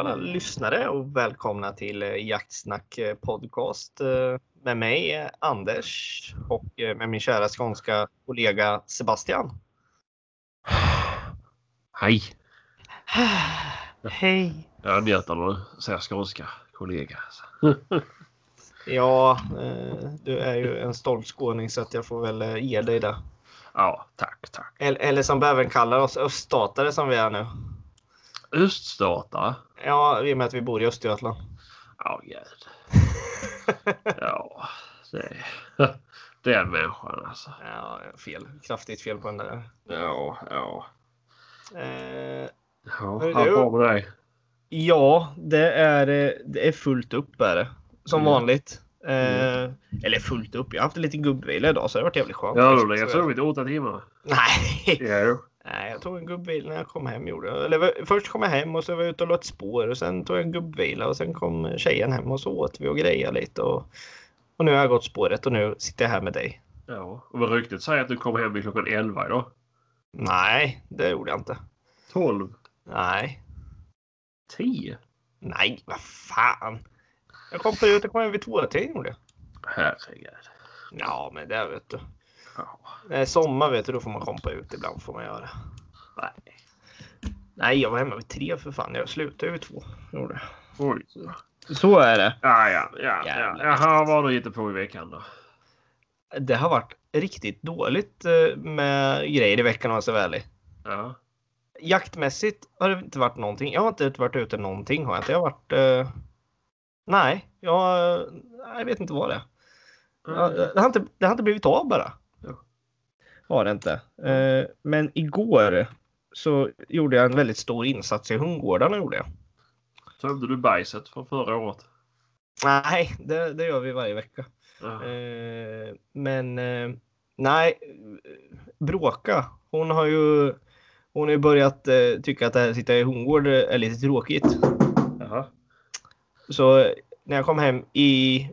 alla lyssnare och välkomna till Jaktsnack podcast med mig Anders och med min kära skånska kollega Sebastian. Hej. Hej. Jag njöter när du säger skånska kollega. Ja, du är ju en stolt skåning så att jag får väl ge dig det. Ja, tack. Eller som även kallar oss öststatare som vi är nu. Öststatare? Ja, i och med att vi bor i Östergötland. Ja, gud. Ja, det är människan alltså. Ja, fel. Kraftigt fel på den där. Ja. Ja, Allt bra med dig? Ja, det är fullt upp är det. Som vanligt. Eller fullt upp. Jag har haft en liten gubbvila idag så det har varit jävligt skönt. Ja, du har sovit 8 timmar. Nej. Ja. Nej, jag tog en gubbvila när jag kom hem. Först kom jag hem och så var jag ute och låt spår. Och sen tog jag en gubbvila och sen kom tjejen hem och så åt vi och grejade lite. Och nu har jag gått spåret och nu sitter jag här med dig. Ja, och vad ryktet säger att du kom hem vid klockan 11 idag? Nej, det gjorde jag inte. 12? Nej. 10? Nej, vad fan. Jag kom hem vid 2-tiden gjorde jag. Herregud. Ja, men det vet du. Ja. Sommar vet du, då får man komma ut ibland får man göra. Nej, jag var hemma vid 3 för fan. Jag slutade vid 2. Gjorde jag. Oj. Så är det. Ja. Jaha, vad har du hittat på i veckan då? Det har varit riktigt dåligt med grejer i veckan om jag ska vara ärlig. Ja. Jaktmässigt har det inte varit någonting. Jag har inte varit ute någonting. Har jag inte. Jag har varit... Nej, jag vet inte vad det är. Det har inte blivit av bara. Ja. Har det inte. Men igår så gjorde jag en väldigt stor insats i hundgårdarna. Gjorde jag. Tömde du bajset från förra året? Nej, det gör vi varje vecka. Ja. Men nej, Bråka. Hon har ju börjat tycka att det här att sitta i hundgård är lite tråkigt. Jaha. Så när jag kom hem i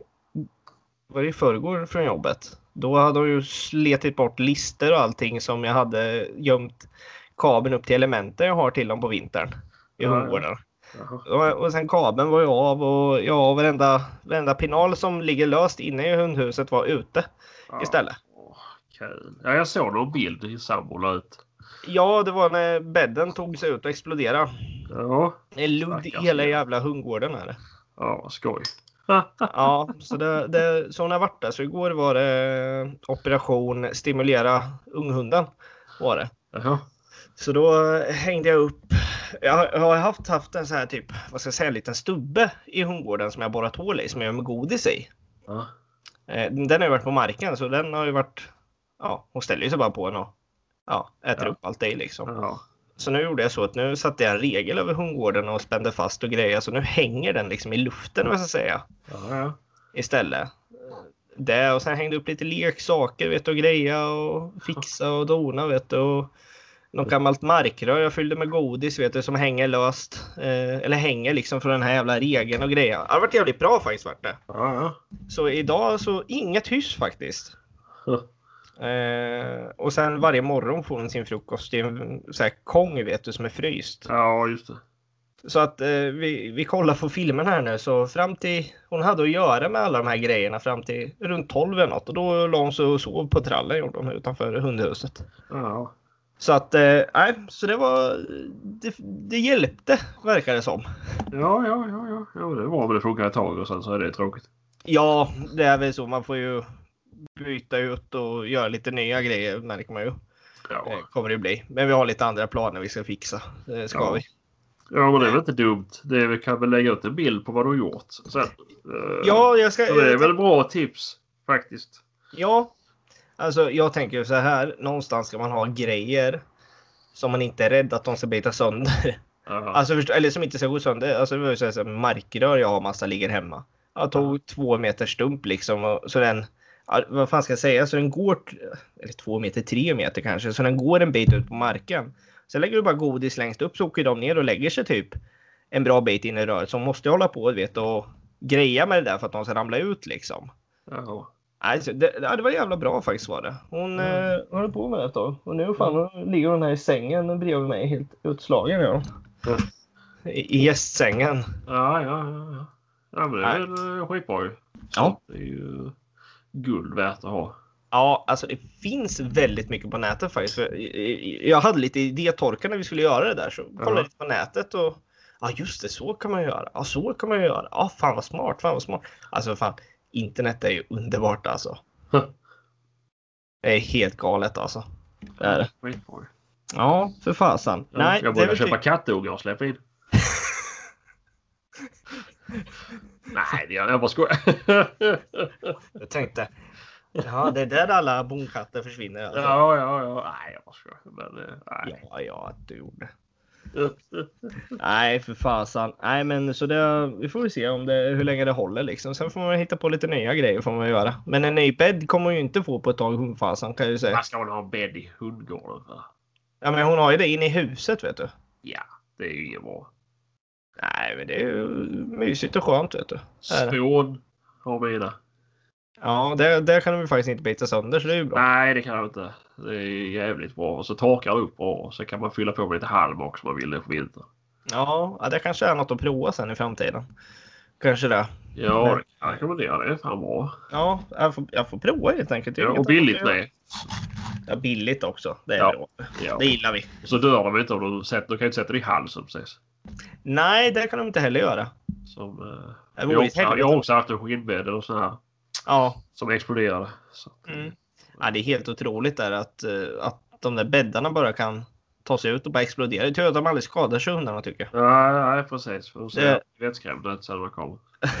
förrgår från jobbet, då hade hon ju sletit bort lister och allting som jag hade gömt kabeln upp till elementen jag har till dem på vintern i hundgården. Och sen kabeln var ju av och varenda pinal som ligger löst inne i hundhuset var ute istället. Kul. Ja, jag såg någon bild i sambo ut. Ja, det var när bädden tog sig ut och exploderade. Ja. Det är ludd i hela jävla hundgården här. Ja, skoj. Ja, så så hon har varit där. Så igår var det operation stimulera unghunden var det. Jaha. Så då hängde jag upp. Jag har haft en så här typ, vad ska jag säga, en liten stubbe i hundgården som jag borrat hål i som jag gör med godis i. Ja. Den har ju varit på marken så den har ju varit, hon ställer ju sig bara på den och äter upp allt det liksom. Ja. Så nu gjorde jag så att nu satte jag en regel över hundgården och spände fast och grejer. Så nu hänger den liksom i luften, vad ska jag säga. Ja. Istället. Det och sen hängde upp lite leksaker, vet du, och greja och fixa och dona, vet du. Och något gammalt markrör jag fyllde med godis, vet du, som hänger löst. Eller hänger liksom från den här jävla regeln och grejer. Det har varit jävligt bra faktiskt, vart det. Ja. Så idag så inget hyss faktiskt. Och sen varje morgon får hon sin frukost i en så här kong, vet du, som är fryst. Ja, just det. Så att vi kollar på filmen här nu. Så fram till, hon hade att göra med alla de här grejerna fram till runt 12 eller något. Och då la hon sig och sov på trallen, gjorde de utanför hundhuset. Ja. Så att, så det var, det hjälpte, verkar det som. Ja, det var väl det funkar ett tag och sen så är det tråkigt. Ja, det är väl så. Man får ju byta ut och göra lite nya grejer, märker man ju. Ja. Kommer det bli. Men vi har lite andra planer vi ska fixa. Det ska vi. Ja, men det är väl inte dumt. Vi kan väl lägga ut en bild på vad du har gjort. Sen, ja, jag ska... Så det är väl bra tips, faktiskt. Ja, alltså jag tänker ju så här. Någonstans ska man ha grejer som man inte är rädd att de ska bita sönder. Alltså, eller som inte ska gå sönder. Alltså det var ju så här, markrör jag har massa ligger hemma. Jag tog 2 meter stump liksom. Och, så den... vad fan ska jag säga? Så den går, eller 2 meter, 3 meter kanske. Så den går en bit ut på marken. Sen lägger du bara godis längst upp så åker de ner och lägger sig typ en bra bit in i röret. Så måste jag hålla på, vet, och greja med det där för att de ska ramla ut liksom. Alltså, det var jävla bra faktiskt var det. Hon höll på med det ett tag. Och nu fan ligger hon här i sängen bredvid mig helt utslagen. Ja. i gästsängen. Ja. Ja, men det är väl skitbra ju. Ja. Det är ju guld värt att ha. Ja, alltså det finns väldigt mycket på nätet faktiskt. För jag hade lite idétorka när vi skulle göra det där. Så kollade jag lite på nätet och ja, just det, så kan man göra. Ja, så kan man göra. Ja, fan vad smart, Alltså fan, internet är ju underbart alltså. Det är helt galet alltså. Det är det. Skitbra. Ja, för fasen. Ja, Nej, jag borde köpa kattungar och släppa in. Nej, det gör jag bara skojar. Jag tänkte, ja, det är där alla bonkatter försvinner. Alltså. Ja. Nej, jag bara skojar. Men, nej. Ja, att du gjorde. Nej, för fasen. Nej, men så det, vi får väl se om hur länge det håller liksom. Sen får man hitta på lite nya grejer får man göra. Men en ny bädd kommer man ju inte få på ett tag, hundfasen kan jag ju säga. Man ska väl ha en bädd i hundgården för? Ja, men hon har ju det inne i huset, vet du. Ja, det är ju inget bra. Nej, men det är ju mysigt och skönt, vet du. Spån har vi det. Ja, där kan de ju faktiskt inte bita sönder, så det är ju bra. Nej, det kan jag inte. Det är jävligt bra. Och så torkar det upp bra. Och så kan man fylla på med lite halm också om man vill det för vintern. Ja, det kanske är något att prova sen i framtiden. Kanske det. Ja, det kan jag rekommendera. Det är fan bra. Ja, jag får prova helt enkelt. Ja, och billigt med. Ja, billigt också. Det är bra. Ja. Det gillar vi. Så dör de inte om du kan ju inte sätta det i halsen precis. Nej, det kan de inte heller göra. Jag har också haft en skinnbädd och så här. Ja. Som exploderade. Så. Ja, det är helt otroligt där att de där bäddarna bara kan ta sig ut och bara explodera. Det är tur att de aldrig skadar sig hundarna tycker jag. Nej, precis. För att se vettskrämda ut sen man kommer.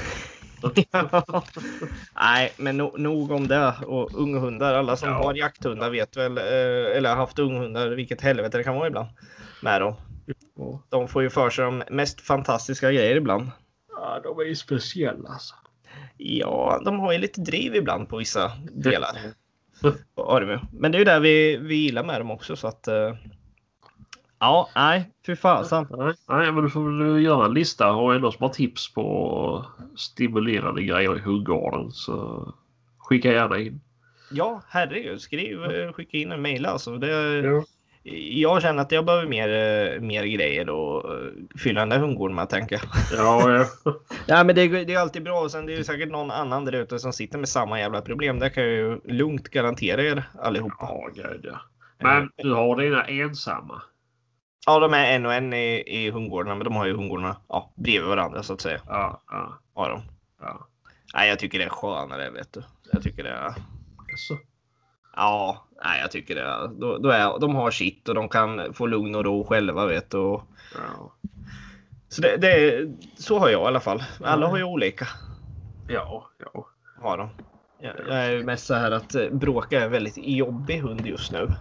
Nej, men nog om det. Och unghundar, alla som har jakthundar vet väl, eller har haft unghundar, vilket helvete det kan vara ibland med dem. De får ju för sig de mest fantastiska grejer ibland. Ja, de är ju speciella alltså. Ja, de har ju lite driv ibland på vissa delar. Men det är ju där vi gillar med dem också så att... Ja, nej, fy fasen. Nej, men du får väl göra en lista och ändå som har tips på stimulerande grejer i hundgården så skicka gärna in. Ja, herregud, skicka in en mejl alltså. Jag känner att jag behöver mer grejer och fylla den där hundgården med, tänker jag. Ja. Ja, men det är alltid bra. Och sen det är ju säkert någon annan där ute som sitter med samma jävla problem. Det kan jag ju lugnt garantera er allihopa. Ja, gud ja. Men du har dina ensamma. Ja, de är en och en i hundgårdarna, men de har ju hundgårdarna bredvid varandra så att säga. Ja. Har de. Ja. Nej, jag tycker det är skönare, vet du. Jag tycker det är... Så. Ja, nej, jag tycker det. De har sitt och de kan få lugn och ro själva, vet du. Och... Ja. Så så har jag i alla fall. Alla har ju olika. Ja. Har de. Jag är ju mest så här att Bråka är en väldigt jobbig hund just nu.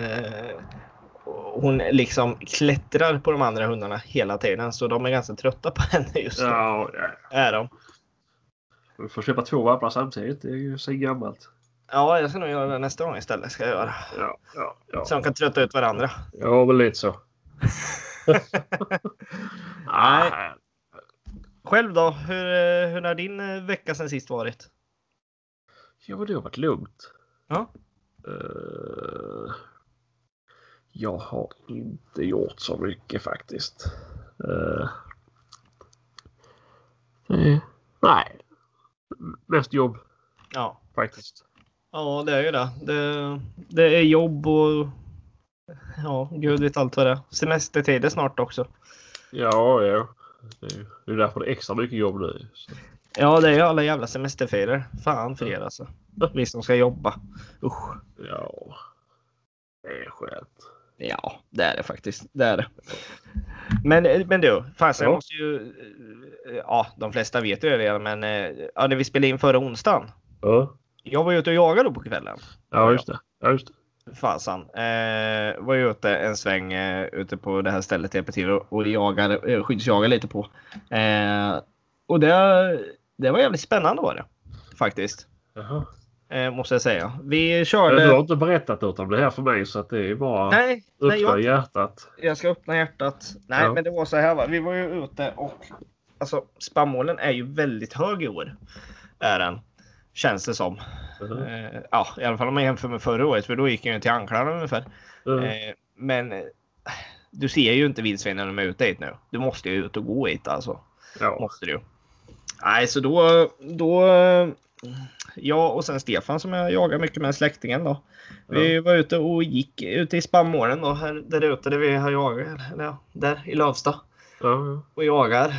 Hon liksom klättrar på de andra hundarna hela tiden. Så de är ganska trötta på henne just nu. Ja. Är de. Du får köpa 2 valpar samtidigt. Det är ju så gammalt. Ja, jag ska nog göra det nästa gång istället. Ska jag göra. Ja. Så de kan trötta ut varandra. Ja, väl lite så. Nej. Själv då? Hur har din vecka sen sist varit? Ja, det har varit lugnt. Ja. Jag har inte gjort så mycket faktiskt. Nej. Mest jobb. Ja. Faktiskt. Ja, det är ju det. Det är jobb och gud vet allt vad det är. Semestertid är snart också. Ja. Det är därför det är extra mycket jobb nu. Så. Ja, det är ju alla jävla semesterferier. Fan för er alltså. Vi som ska jobba. Usch. Ja. Det är skönt. Ja, det är det faktiskt. Det är det. Men du, fan, jag måste ju... Ja, de flesta vet ju det redan, men när vi spelade in förra onsdagen. Ja. Jag var ju ute och jagade då på kvällen. Ja, just det. Fasan. Var ju ute en sväng ute på det här stället jag till och skyddsjagade lite på. Och det var jävligt spännande var det. Faktiskt. Jaha. Måste jag säga. Vi körde... Du har inte berättat något om det här för mig så att det är bara öppna hjärtat. Jag ska öppna hjärtat. Nej, men det var så här va. Vi var ju ute och alltså spannmålen är ju väldigt hög i år. Är den. Känns det som. I alla fall om man jämför med förra året. För då gick jag ju till anklarna ungefär. Men du ser ju inte vildsvinen när de är ute hit nu. Du måste ju ut och gå hit alltså. Ja. Måste du. Nej, så då jag och sen Stefan som jag jagar mycket med släktingen då. Vi var ute och gick ute i spannmålen då, här där ute där vi har jagat, eller ja, där i Lövsta. Ja. Och jagar.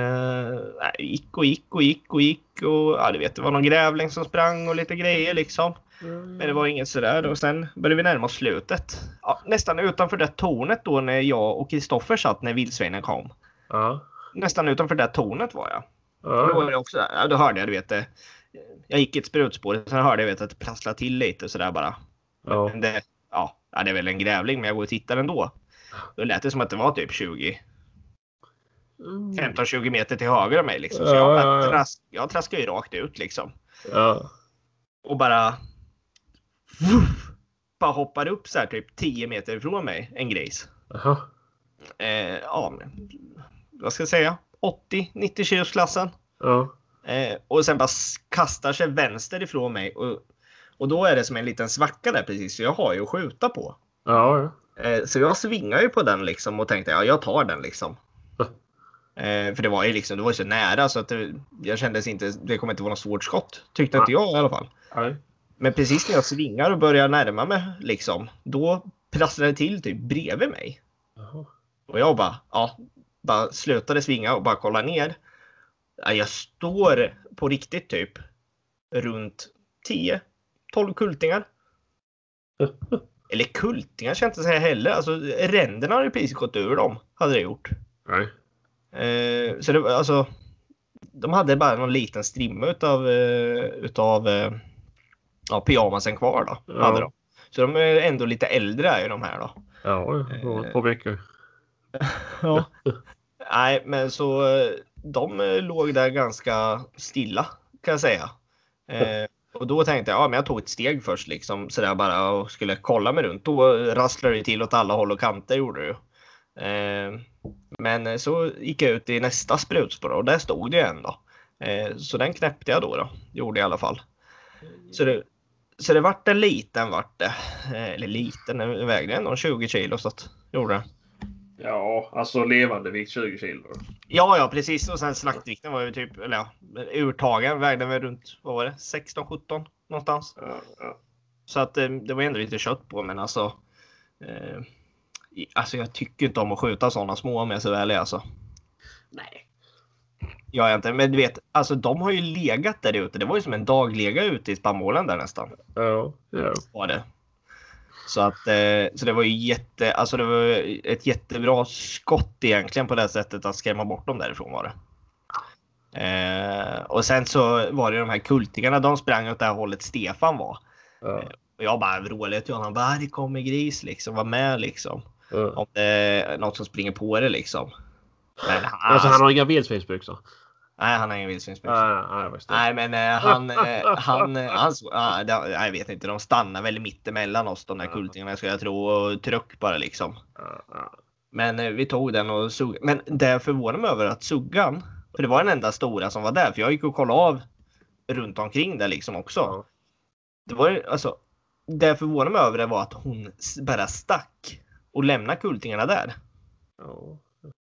Gick och ja, du vet, det var någon grävling som sprang och lite grejer liksom. Men det var inget sådär. Och sen började vi närma oss slutet. Ja, nästan utanför det tornet då när jag och Kristoffer satt när vildsvinen kom. Ja. Nästan utanför det tornet var jag. Ja. Då var det också, ja, då hörde jag, du vet, jag gick i ett sprutspår. Sen hörde jag, vet, att det prasslade till lite sådär bara. Ja. Men det är väl en grävling, men jag går och tittar ändå. Då lät det som att det var typ 15-20 meter till höger av mig liksom. Så jag traskade ju rakt ut liksom. Ja. Och bara hoppar upp så här typ 10 meter ifrån mig, en gris. Aha. Vad ska jag säga? 80-90 kilos klassen. Ja. Och sen bara kastar sig vänster ifrån mig. Och då är det som en liten svacka där precis. Så jag har ju att skjuta på. Ja. Så jag svingar ju på den liksom och tänkte jag tar den liksom. För det var ju liksom, det var ju så nära så att jag kändes inte, det kommer inte vara något svårt skott. Tyckte inte jag i alla fall. Nej. Men precis när jag svingar och börjar närma mig liksom, då prasslade det till typ bredvid mig. Aha. Och jag bara slutade svinga och bara kolla ner. Jag står på riktigt typ runt 10-12 kultingar. Eller kultingar ska jag inte säga heller. Alltså ränderna hade precis gått ur dem, hade det gjort. Nej. Så det var alltså, de hade bara någon liten strimma utav pyjamasen kvar då. Ja. Hade de. Så de är ändå lite äldre är ju de här då. Ja, ett par veckor. Ja. Nej, men så de låg där ganska stilla kan jag säga. Och då tänkte jag, men jag tog ett steg först liksom så där bara och skulle kolla mig runt. Då rasslade det till åt alla håll och kanter gjorde det ju. Men så gick jag ut i nästa sprutspår och där stod det en då. Så den knäppte jag då. Gjorde jag i alla fall. Så det vart en liten eller liten, den vägde ändå 20 kilo så att gjorde det. Ja, alltså levande vikt 20 kilo. Ja, precis. Och sen slaktvikten var ju typ, eller urtagen vägde väl runt, vad var det? 16-17 någonstans. Ja. Så att det var ändå lite kött på, men alltså jag tycker inte om att skjuta sådana små med så väl alltså. Nej. Jag inte, men du vet, alltså de har ju legat där ute. Det var ju som en daglega ute i spannmålen där nästan. Ja. Var det. Så att så det var ju det var ett jättebra skott egentligen på det sättet att skrämma bort dem därifrån var det. Och sen så var det de här kultingarna, de sprang åt det här hållet Stefan var. Ja. Och jag bara vrålade och han bara, det kommer gris liksom, var med liksom. Om det är något som springer på det liksom. Men alltså han har inga vildsvinsbyxor. Nej, han har ingen vildsvinsbyxor. Nej, men jag vet inte, de stannar väl mitt emellan oss de där kultingarna ska jag tro och tryck bara liksom. Men vi tog den och sugg. Men det förvånar mig över att suggan, för det var den enda stora som var där, för jag gick och kollade av runt omkring där liksom också. Det var alltså, det förvånar mig över det var att hon bara stack och lämnade kultingarna där. Ja.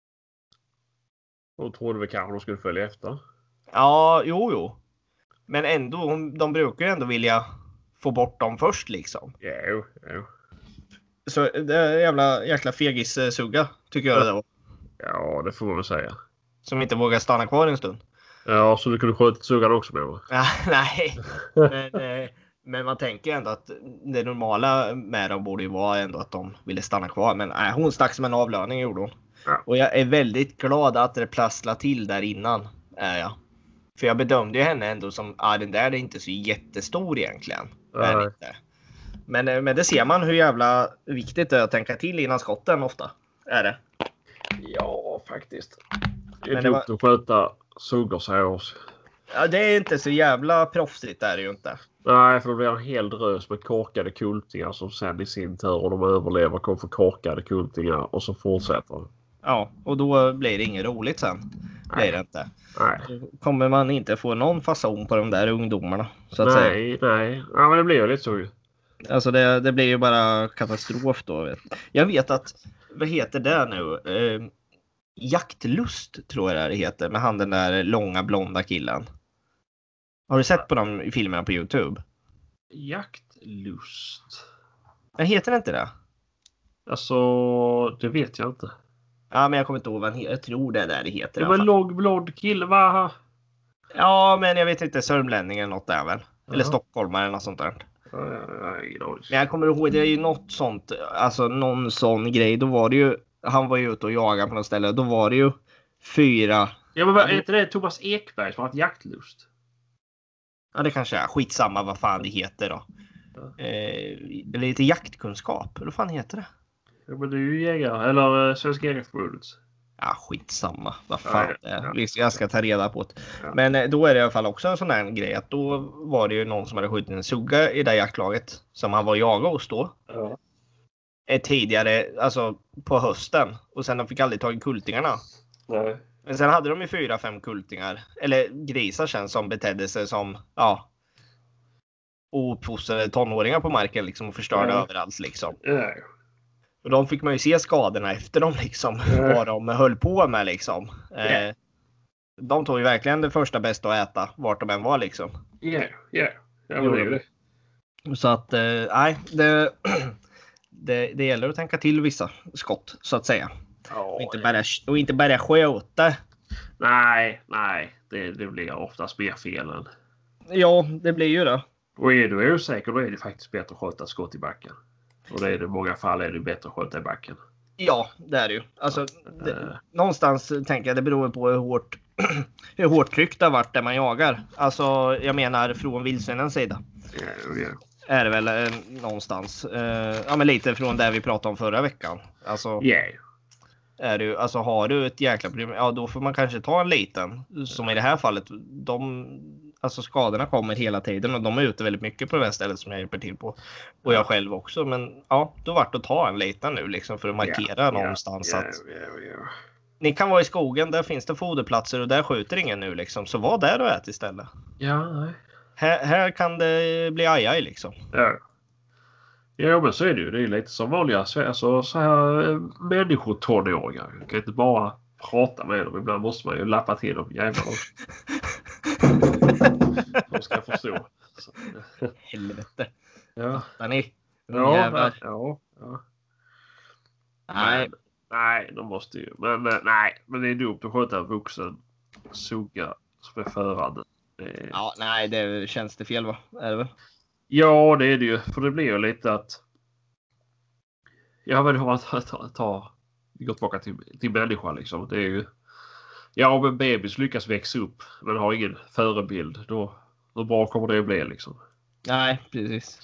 Och trodde vi kanske de skulle följa efter. Ja, jo. Men ändå, de brukar ju ändå vilja få bort dem först liksom. Jo. Så det är jäkla fegis-sugga tycker jag det var. Ja, det får man väl säga. Som inte vågar stanna kvar en stund. Ja, så du kunde skjuta suggan också med va? Nej, men man tänker ändå att det normala med dem borde ju vara ändå att de ville stanna kvar. Men hon stack som en avlöning gjorde hon. Ja. Och jag är väldigt glad att det plastslade till där innan. Jag. För jag bedömde ju henne ändå som den där är inte så jättestor egentligen. Men det ser man hur jävla viktigt det är att tänka till innan skotten ofta. Är det? Ja, faktiskt. Det är dumt att skjuta suggor så här års. Ja, det är inte så jävla proffsigt är det ju inte. Nej, för då blir en hel drös med korkade kultingar som sen i sin tur och de överlever kommer få korkade kultingar och så fortsätter. Ja, och då blir det inget roligt sen. Blir det inte. Nej. Då kommer man inte få någon fason på de där ungdomarna. Så att säga. Nej. Ja, men det blir ju lite så ju. Alltså det blir ju bara katastrof då. Jag vet att vad heter det nu? Jaktlust tror jag det heter. Med han den där långa blonda killen. Har du sett på de filmerna på YouTube? Jaktlust. Men heter det inte det? Alltså, det vet jag inte. Ja, men jag kommer inte ihåg vad han heter. Jag tror det är där det heter. Det var en lång blond kille, va? Ja, men jag vet inte. Sörmlänning eller något där väl? Eller Ja. stockholmare eller något sånt där. Ja. Men jag kommer ihåg, det är ju något sånt. Alltså någon sån grej. Då var det ju. Han var ju ute och jagade på något ställe. Då var det ju 4. Ja, men är inte det Thomas Ekberg som har ett jaktlust? Ja, det kanske är. Skitsamma vad fan det heter då. Ja. Eller lite jaktkunskap. Vad fan heter det? Ja, men det är ju jägare. Eller Svenska Jägareförbundet. Ja, skitsamma. Vad fan det är. Jag ska ta reda på det. Ja. Men då är det i alla fall också en sån här grej. Att då var det ju någon som hade skjutit en sugga i det jaktlaget. Som han var jagad hos då. Ja. Tidigare, alltså på hösten. Och sen de fick aldrig tag i kultingarna. Nej. Men sen hade de ju 4-5 kultingar. Eller grisar känns som betedde sig som, ja. Ouppfostrade tonåringar på marken liksom. Och förstörde överallt liksom. Ja. Och de fick man ju se skadorna efter dem liksom. Vad de höll på med liksom. De tog ju verkligen det första bästa att äta. Vart de än var liksom. Ja, det är ju det. Så att, nej. Det gäller att tänka till vissa skott så att säga. Ja, och inte bara skjuta. Nej. Det blir oftast mer fel än. Ja, det blir ju det. Och är du osäker, då är det faktiskt bättre att skjuta skott i backen. Och det är det i många fall är det bättre att skjuta i backen. Ja, det är det ju. Alltså, någonstans tänker jag det beror på hur hårt tryck det har varit där man jagar. Alltså, jag menar från vildsvinens sida. Ja. Är det väl någonstans. Ja, men lite från där vi pratade om förra veckan. Alltså, är du, alltså har du ett jäkla problem, ja då får man kanske ta en liten. Som i det här fallet, alltså skadorna kommer hela tiden och de är ute väldigt mycket på det här stället som jag hjälper till på. Och jag själv också, men ja, då vart det att ta en liten nu liksom för att markera någonstans att ni kan vara i skogen, där finns det foderplatser och där skjuter ingen nu liksom. Så var där och ät istället. Ja. Här kan det bli ajaj liksom. Ja, men så är det ju. Det är lite som vanliga alltså, så här människor tonåringar. Jag kan inte bara prata med dem. Ibland måste man ju lappa till dem. Jävlar. De ska förstå. Helvete. Ja. Fattar ni? Ja. Nej, de måste ju. Men det är dumt att sköta en vuxen sugga som är förande. Ja, nej, det känns det fel va? Är det väl? Ja, det är det ju. För det blir ju lite att. Ja, men om man går tillbaka till människan liksom. Det är ju. Ja, om en bebis lyckas växa upp men har ingen förebild. Då bra kommer det att bli liksom. Nej, precis.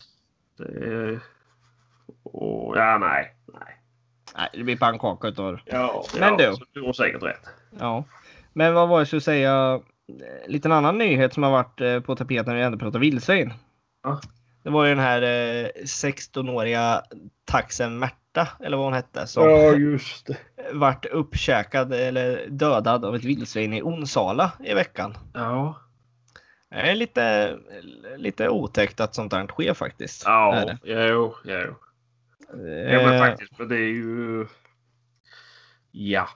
Nej. Nej, det blir pannkaka utav. Ja, men du har säkert rätt. Ja. Men vad var det jag skulle säga? Lite en annan nyhet som har varit på tapeten när vi ändå pratar vildsvin. Ja. Det var ju den här 16-åriga taxen Märta, eller vad hon hette, som just det. vart uppkäkad eller dödad av ett vildsvin i Onsala i veckan. Ja. Det är lite otäckt att sånt där sker faktiskt. Ja, jo. Ja, men faktiskt, men det är ju. Ja.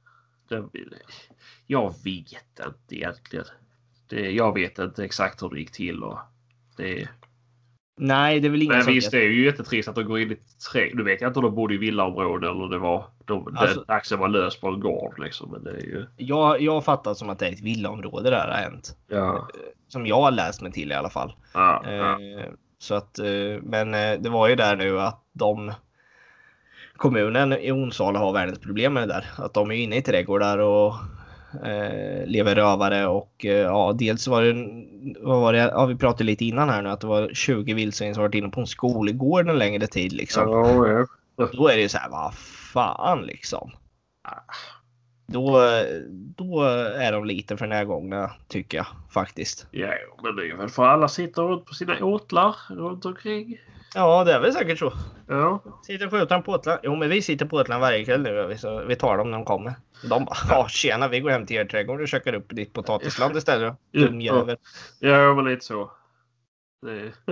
Jag vet inte egentligen. Jag vet inte exakt hur det gick till och det. Nej, det är väl ingen. Men visst, det är ju jättetrist att de går in i trädgård. Du vet jag inte om de bodde i villaområden eller det var den axeln var lös på en gård liksom, men det är ju. Jag fattar som att det är ett villaområde där har hänt. Ja. Som jag har läst mig till i alla fall. Ja. Så att, men det var ju där nu att kommunen i Onsala har världens problem med det där. Att de är inne i trädgårdar och lever rövare och dels var det, vi pratade lite innan här nu att det var 20 vildsvin som varit inne på en skolgård en längre tid liksom. Ja. Då är det ju så här, vad fan liksom. Då är de lite för närgångna tycker jag faktiskt. Ja, men det är väl för alla sitter runt på sina åtlar runt omkring. Ja, det är väl säkert så. Ja. Sitter och skjuter på åtlar. Jo, men vi sitter på åtlar varje kväll nu. Så vi tar dem när de kommer. De bara, tjena, vi går hem till er trädgård och käkar upp ditt potatisland istället. Dum jävel. Ja, men lite så.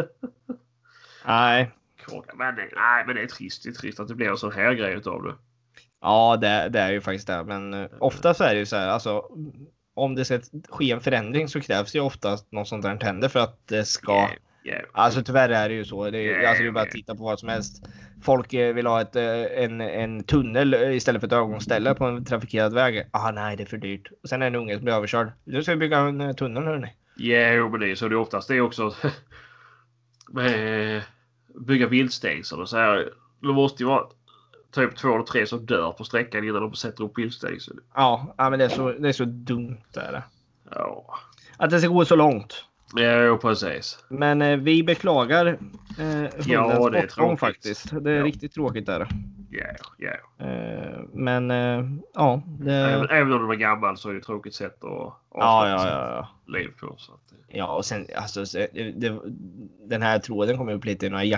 Nej. Men det är trist. Det är trist att det blir en sån här grej utav det. Ja, det är ju faktiskt det. Men ofta så är det ju så här, alltså om det ska ske en förändring så krävs det ju ofta att något sånt där händer för att det ska... Alltså tyvärr är det ju så. Alltså det är bara att titta på vad som helst. Folk vill ha en tunnel istället för ett övergångsställe på en trafikerad väg. Nej, det är för dyrt. Och sen är det en unge som blir överkörd. Nu ska vi bygga en tunnel, hörni. Ja, men det är så det är oftast. Det är också bygga viltstängsel och så här. Det måste ju vara typ 2 eller 3 som dör på sträckan innan de sätter upp viltstängsel. Ja, men det är så dumt där. Ja. Att det ska gå så långt. Ja, precis. Men vi beklagar hundens bortgång faktiskt. Det är riktigt tråkigt där. Ja. Men ja. Även om de är gammal så är det ett tråkigt sätt att avsluta liv på. Så att... Ja, och sen alltså, den här tråden kommer upp lite i några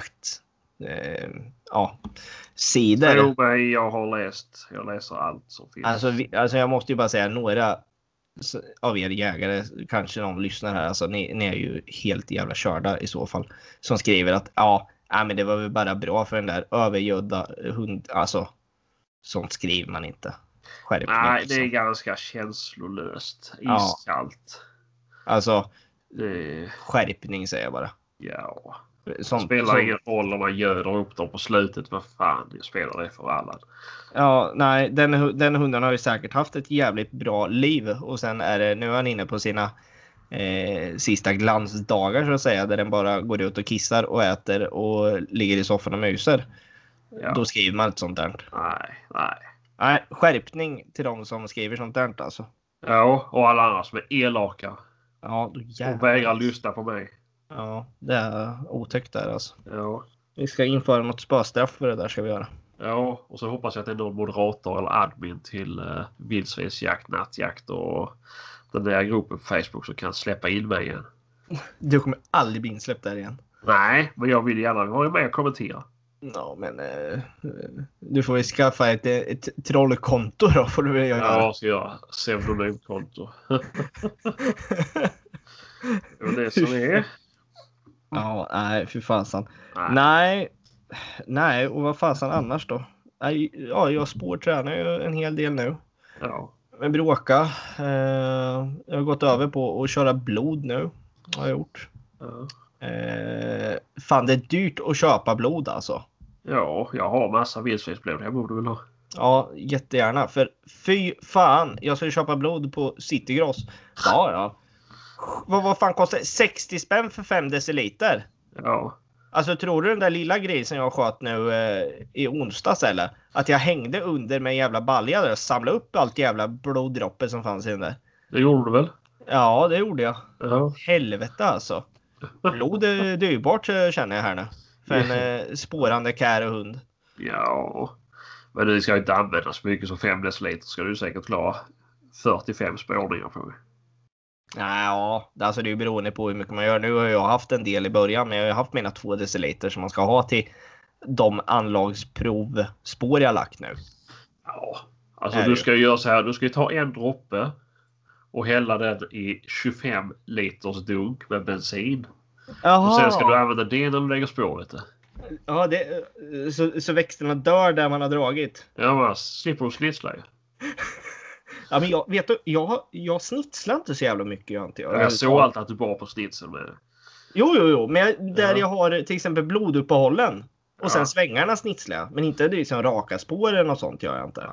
sidor. Jag läser allt som finns. Alltså jag måste ju bara säga några av er jägare, kanske någon lyssnar här, alltså ni är ju helt jävla körda i så fall, som skriver att men det var väl bara bra för den där övergödda hund, alltså sånt skriver man inte. Nej, det är ganska känslolöst, iskallt. Alltså skärpning säger jag bara. Ja. Det spelar ingen roll om man göder upp dem på slutet. Vad fan, det spelar det för alla. Ja, nej, den hunden har ju säkert haft ett jävligt bra liv. Och sen nu är han inne på sina sista glansdagar så att säga. Där den bara går ut och kissar och äter och ligger i soffan och myser. Ja. Då skriver man ett sånt där. Nej, skärpning till de som skriver sånt där alltså. Ja, och alla andra som är elaka. Ja, då jävlar. Och vägrar lyssna på mig. Ja, det är otäckt där alltså. Ja. Vi ska införa något spöstraff för det där ska vi göra. Ja, och så hoppas jag att det är någon moderator eller admin till vildsvinsjakt, nattjakt och den där gruppen på Facebook som kan släppa in mig igen. Du kommer aldrig bli insläppt där igen. Nej, men jag vill gärna vara med och kommentera. Ja, men du får ju skaffa ett trollkonto då får du väl göra. Ja, jag ska göra pseudonymkonto. Det är det som är. Ja, nej, för fasen. Nej, och vad fasen annars då? Ja, jag spårtränar ju en hel del nu. Ja. Men bråka. Jag har gått över på att köra blod nu. Har jag gjort. Ja. Fan, det är dyrt att köpa blod alltså. Ja, jag har massa vildsvinsblod. Jag borde väl ha. Ja, jättegärna. För fy fan, jag ska köpa blod på Citygross. Ja. Vad fan kostar det? 60 spänn för 5 deciliter? Ja. Alltså tror du den där lilla grisen jag sköt nu i onsdags eller? Att jag hängde under med en jävla balja där och samlade upp allt jävla bloddroppet som fanns i den där. Det gjorde du väl? Ja, det gjorde jag. Ja. Helvete alltså. Blod är dyrbart känner jag här nu. För en spårande kär och hund. Ja, men det ska inte användas så mycket som 5 deciliter. Ska du säkert klara 45 spårningar på. Nej, ja, alltså det är ju beroende på hur mycket man gör. Nu har jag haft en del i början, men jag har haft mina 2 deciliter som man ska ha till de anlagsprovspår jag lagt nu. Ja, alltså du ska göra så här. Du ska ta en droppe och hälla den i 25 liters dunk med bensin. Jaha. Och sen ska du använda det när du lägger spåret. Ja, så växterna dör där man har dragit. Ja, men slipper du slitsla ju. Ja, men jag snitslar inte så jävla mycket. Jag såg allt att du bara på snitsel med. Jo. Men jag har till exempel bloduppehållen. Och sen svängarna snitslar jag. Men inte liksom raka spår eller något sånt gör jag inte.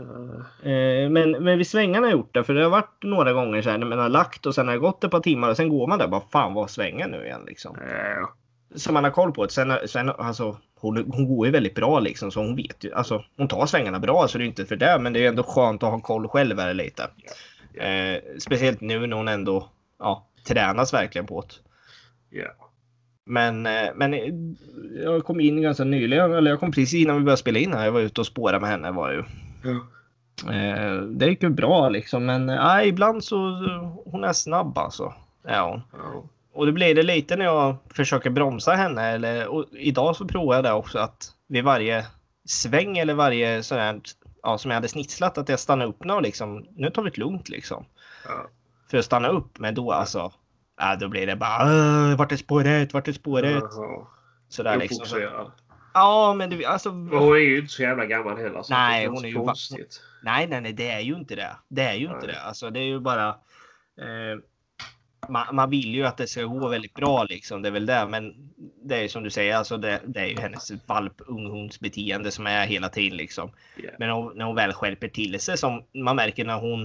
Men vid svängarna har jag gjort det. För det har varit några gånger så här när man har lagt och sen har det gått ett par timmar. Och sen går man där bara fan vad svänger nu igen liksom. Så man har koll på det. Sen alltså hon går ju väldigt bra liksom. Så hon vet ju. Alltså hon tar svängarna bra så det är inte för det. Men det är ändå skönt att ha koll själv här lite. Speciellt nu när hon ändå tränas verkligen på det. Men jag kom in ganska nyligen. Eller jag kom precis innan vi började spela in här. Jag var ute och spåra med henne var ju. Det gick ju bra liksom. Men ibland så hon är snabb alltså. Ja. Och det blir det lite när jag försöker bromsa henne. Och idag så provar jag det också att vid varje sväng eller varje sådär, som jag hade snitslat att jag stannar upp nu och liksom, nu tar vi det lugnt liksom. För att stanna upp, men då alltså då blir det bara vart är spåret? Så där liksom. Ja, men det, alltså... Och hon är ju inte så jävla gammal heller. Så nej, det hon är ju... konstigt. Nej, det är ju inte det. Det är ju inte det. Alltså, det är ju bara... man vill ju att det ska gå väldigt bra liksom. Det är väl det. Men det är som du säger, alltså det är ju hennes valp-unghundsbeteende som är hela tiden liksom. Yeah. Men när hon väl skärper till sig, som man märker när hon...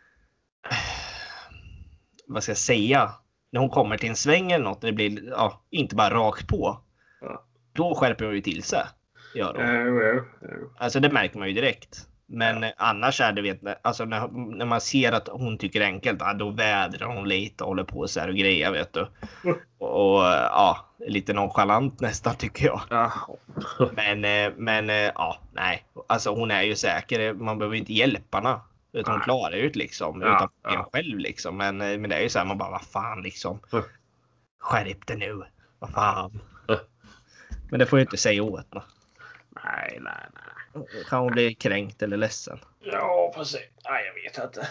vad ska jag säga? När hon kommer till en sväng eller något, det blir inte bara rakt på. Ja. Då skärper hon ju till sig. Gör hon. Alltså det märker man ju direkt. Men annars är det, alltså när man ser att hon tycker enkelt, då vädrar hon lite och håller på så här och grejer, vet du. Och lite nonchalant nästan tycker jag. Men nej. Alltså hon är ju säker, man behöver inte hjälpa henne. Utan hon klarar ut liksom, utan en själv liksom. Men det är ju så här, man bara, vad fan liksom. Skärp dig nu, vad fan. Men det får ju inte säga åt mig. Nej. Kan hon bli kränkt eller ledsen? Ja, precis. Nej, jag vet inte.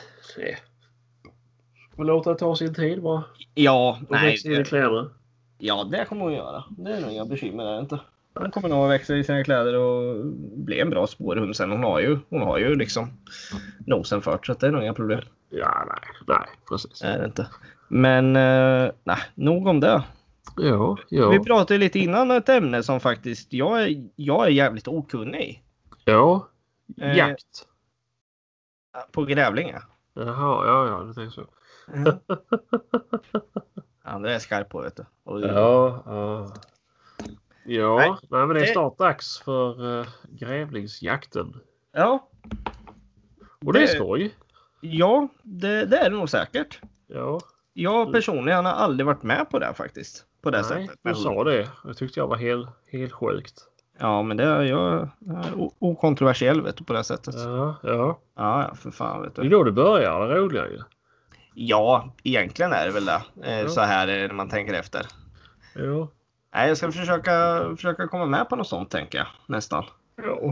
Man låter det ta sin tid bara. Ja, nej. Ja, det kommer hon göra. Det är nog inga bekymmer där inte. Hon kommer nog att växa i sina kläder och bli en bra spårhund sen. Hon har ju liksom nosen fört, så det är nog inga problem. Ja, nej, precis. Är det inte. Men nej, nog om det. Ja. Vi pratade lite innan ett ämne som faktiskt jag är jävligt okunnig i. Ja, jakt. På grävlingar. Jaha, det tänker så. Ja, det är skarp på, vet du. Ja, nej, men det är snart dags för grävlingsjakten. Ja. Och det är skoj. Ja, det är det nog säkert. Ja. Jag personligen har aldrig varit med på det faktiskt. På det sättet. Du sa det. Jag tyckte jag var helt sjukt. Ja, men det är jag okontroversiell, vet du, på det sättet. Ja. Ja, för fan, vet du. Det är då det börjar, det roliga ju. Ja, egentligen är det väl det. Så här när man tänker efter. Ja. Nej, jag ska försöka komma med på något sånt, tänker jag, nästan. Ja.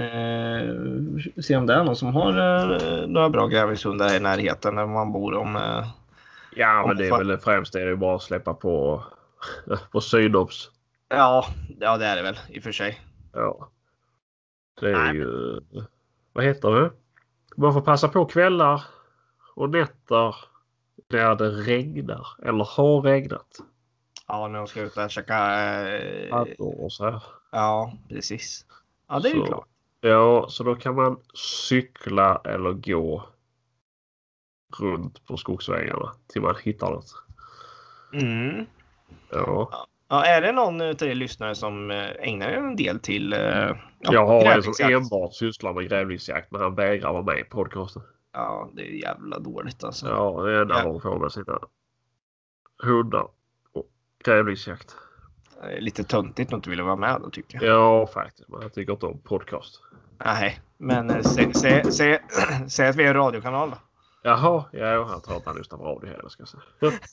Se om det är någon som har några bra grävlingshundar i närheten när man bor om... Ja, men det är väl främst det är bara att släppa på synops. Ja, det är det väl i och för sig. Ja. Det är ju... Vad heter det? Man får passa på kvällar och nätter när det regnar eller har regnat. Ja, när de ska ut och käka... och så här. Ja, precis. Ja, det är ju klart. Ja, så då kan man cykla eller gå runt på skogsvägarna till man hittar något. Mm. Ja. Ja, är det någon av er lyssnare som ägnar en del till jag har en som enbart sysslar med grävlingsjakt, men han vägrar vara med i podcasten. Ja, det är jävla dåligt alltså. Ja, det är enda de får med sina hundar och grävlingsjakt. Lite töntigt att inte vilja vara med då, tycker jag. Ja, faktiskt. Men jag tycker inte om podcast. Nej, men säg att vi är en radiokanal då. Jaha, jag tror att han lyssnar på radio här, ska jag säga.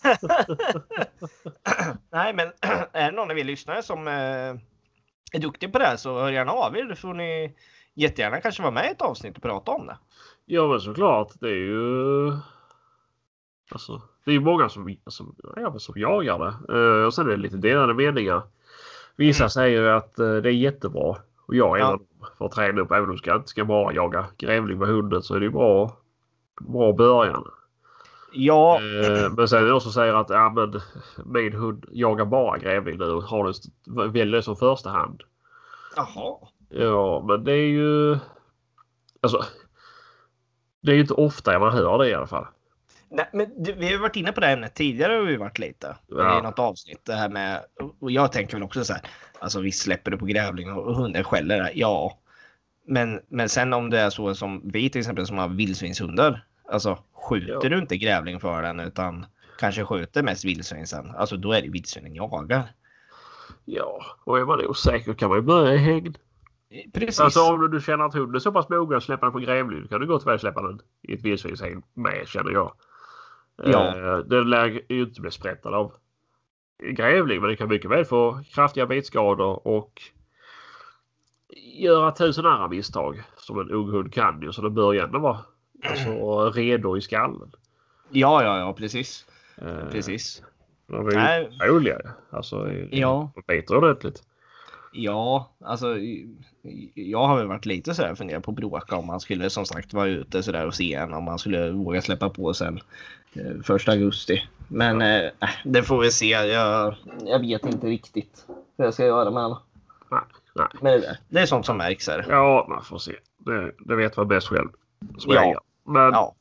Nej, men är det någon av er lyssnare som är duktig på det här, så hör gärna av er. Då får ni jättegärna kanske vara med i ett avsnitt och prata om det. Ja, men såklart. Det är ju... Alltså, det är ju många som jagar det. Och sen är det lite delade meningar. Vissa säger att det är jättebra. Och jag är en av dem för att träna upp. Även om du inte ska bara jaga grävling med hunden, så är det ju bra början. Ja. Men sen är det också säger att men min hund jagar bara grävling nu och har väljer som första hand. Jaha. Ja, men det är ju... Alltså... Det är ju inte ofta man hör det i alla fall. Nej, men vi har varit inne på det ämnet tidigare, har vi varit lite i något avsnitt, det här med, och jag tänker väl också så här, alltså vi släpper det på grävling och hunden skäller där, ja, men sen om det är så som vi till exempel som har vildsvinshundar, alltså skjuter du inte grävling för den utan kanske skjuter mest vildsvin sen, alltså då är det vildsvinen jagar. Ja, och är man osäker kan man ju börja i hägn. Precis. Alltså om du känner att hunden är så pass mogen att släppa den på grävling, kan du gott väl släppa den i ett vildsvinshägn med, känner jag. Ja. Den lär ju inte bli sprättad av grävling, men det kan mycket väl få kraftiga bitskador och göra 1000 andra misstag som en ung hund kan ju, så det bör ju ändå vara redo i skallen. Ja, precis. Precis. De är ju roliga. Alltså, de biter ordentligt. Ja, alltså jag har väl varit lite sådär funderat på att bråka om man skulle som sagt vara ute sådär och se en, om man skulle våga släppa på sen 1 augusti. Men det får vi se. Jag vet inte riktigt hur jag ska göra med honom. Nej. Men det är sånt som märks här. Ja, man får se. Det vet man bäst själv. Ja. Men Ja.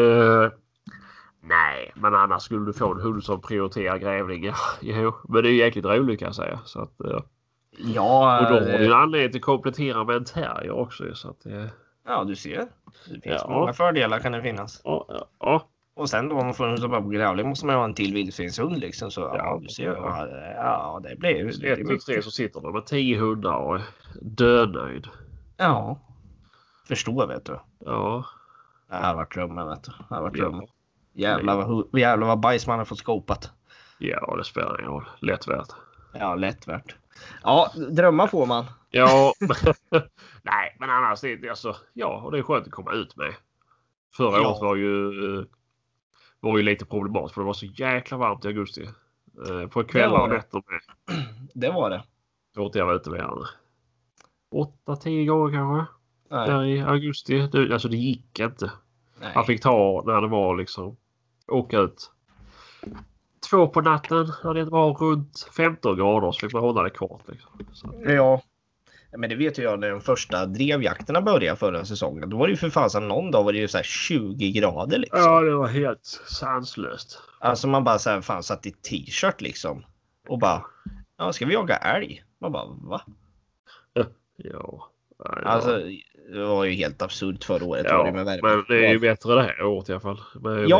nej, men annars skulle du få en hund som prioriterar grävlingar. Jo, men det är ju jäkligt roligt kan jag säga. Så att, Ja. och då har du en anledning till att komplettera med en terrier också. Så att, Ja, du ser. Det finns många fördelar kan det finnas. Ja. Och sen då om man får en hund som bara på grävling måste man ha en till vildsvinshund liksom. Så ja, du ser. Ja, det blir... Ett tre så sitter de med 10 hundar och är dönöjd. Ja. Förstår vet du. Ja. Det här har varit drömmen vet du. Det har varit drömmen. Jävlar vad bajs man har fått skopat. Ja, det spelar ingen roll. Lätt värt. Ja, lätt värt. Ja, drömmar får man. Ja, nej, men annars det är alltså, ja, och det är skönt att komma ut med. Förra året var ju lite problematiskt för det var så jäkla varmt i augusti. På kvällar och nätter med. Det var det. Jag var ute med henne. 8-10 gånger kanske. Nej. Där i augusti. Alltså det gick inte. Nej. Man fick ta när det var liksom åka ut 2 på natten när det var runt 15 grader så fick man hålla det kort liksom. Så. Ja. Men det vet jag när de första drevjakterna började förra säsongen. Då var det ju för fasen någon dag var det ju så här 20 grader liksom. Ja, det var helt sanslöst. Alltså man bara så här fan satt i t-shirt liksom. Och bara, ja ska vi jaga älg? Man bara, va? Ja. Alltså det var ju helt absurt förra året. Ja, var det med värme. men det är ju bättre det här året i alla fall.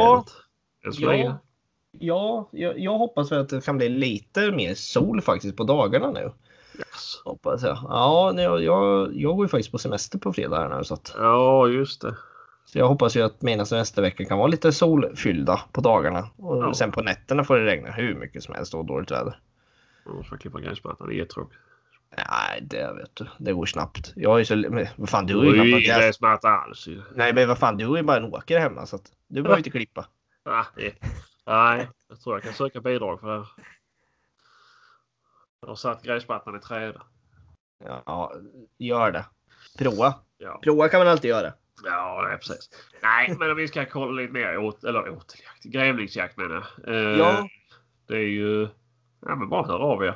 Jag hoppas väl att det kan bli lite mer sol faktiskt på dagarna nu. Yes. Hoppas jag. Ja, jag går ju faktiskt på semester på fredag här nu så att. Ja, just det. Så jag hoppas ju att mina semesterveckor kan vara lite solfyllda på dagarna. Och sen på nätterna får det regna hur mycket som helst och dåligt väder. Man får klippa gräsmattan, det är jättetråkigt. Nej, det vet du. Det går snabbt. Jag är så... Men, vad fan, du är ju ingen gräsmatta alls. Nej, men vad fan, du är ju bara en åkare hemma så att du behöver inte klippa. Nej, jag tror jag kan söka bidrag för det här. Jag har satt gräsmattan i träd. Ja, gör det. Prova. Ja. Prova kan man alltid göra. Ja, det är precis. Nej, men om vi ska kolla lite mer åteljakt. Grävlingsjakt menar jag. Ja. Det är ju... Ja, men bara hör av er.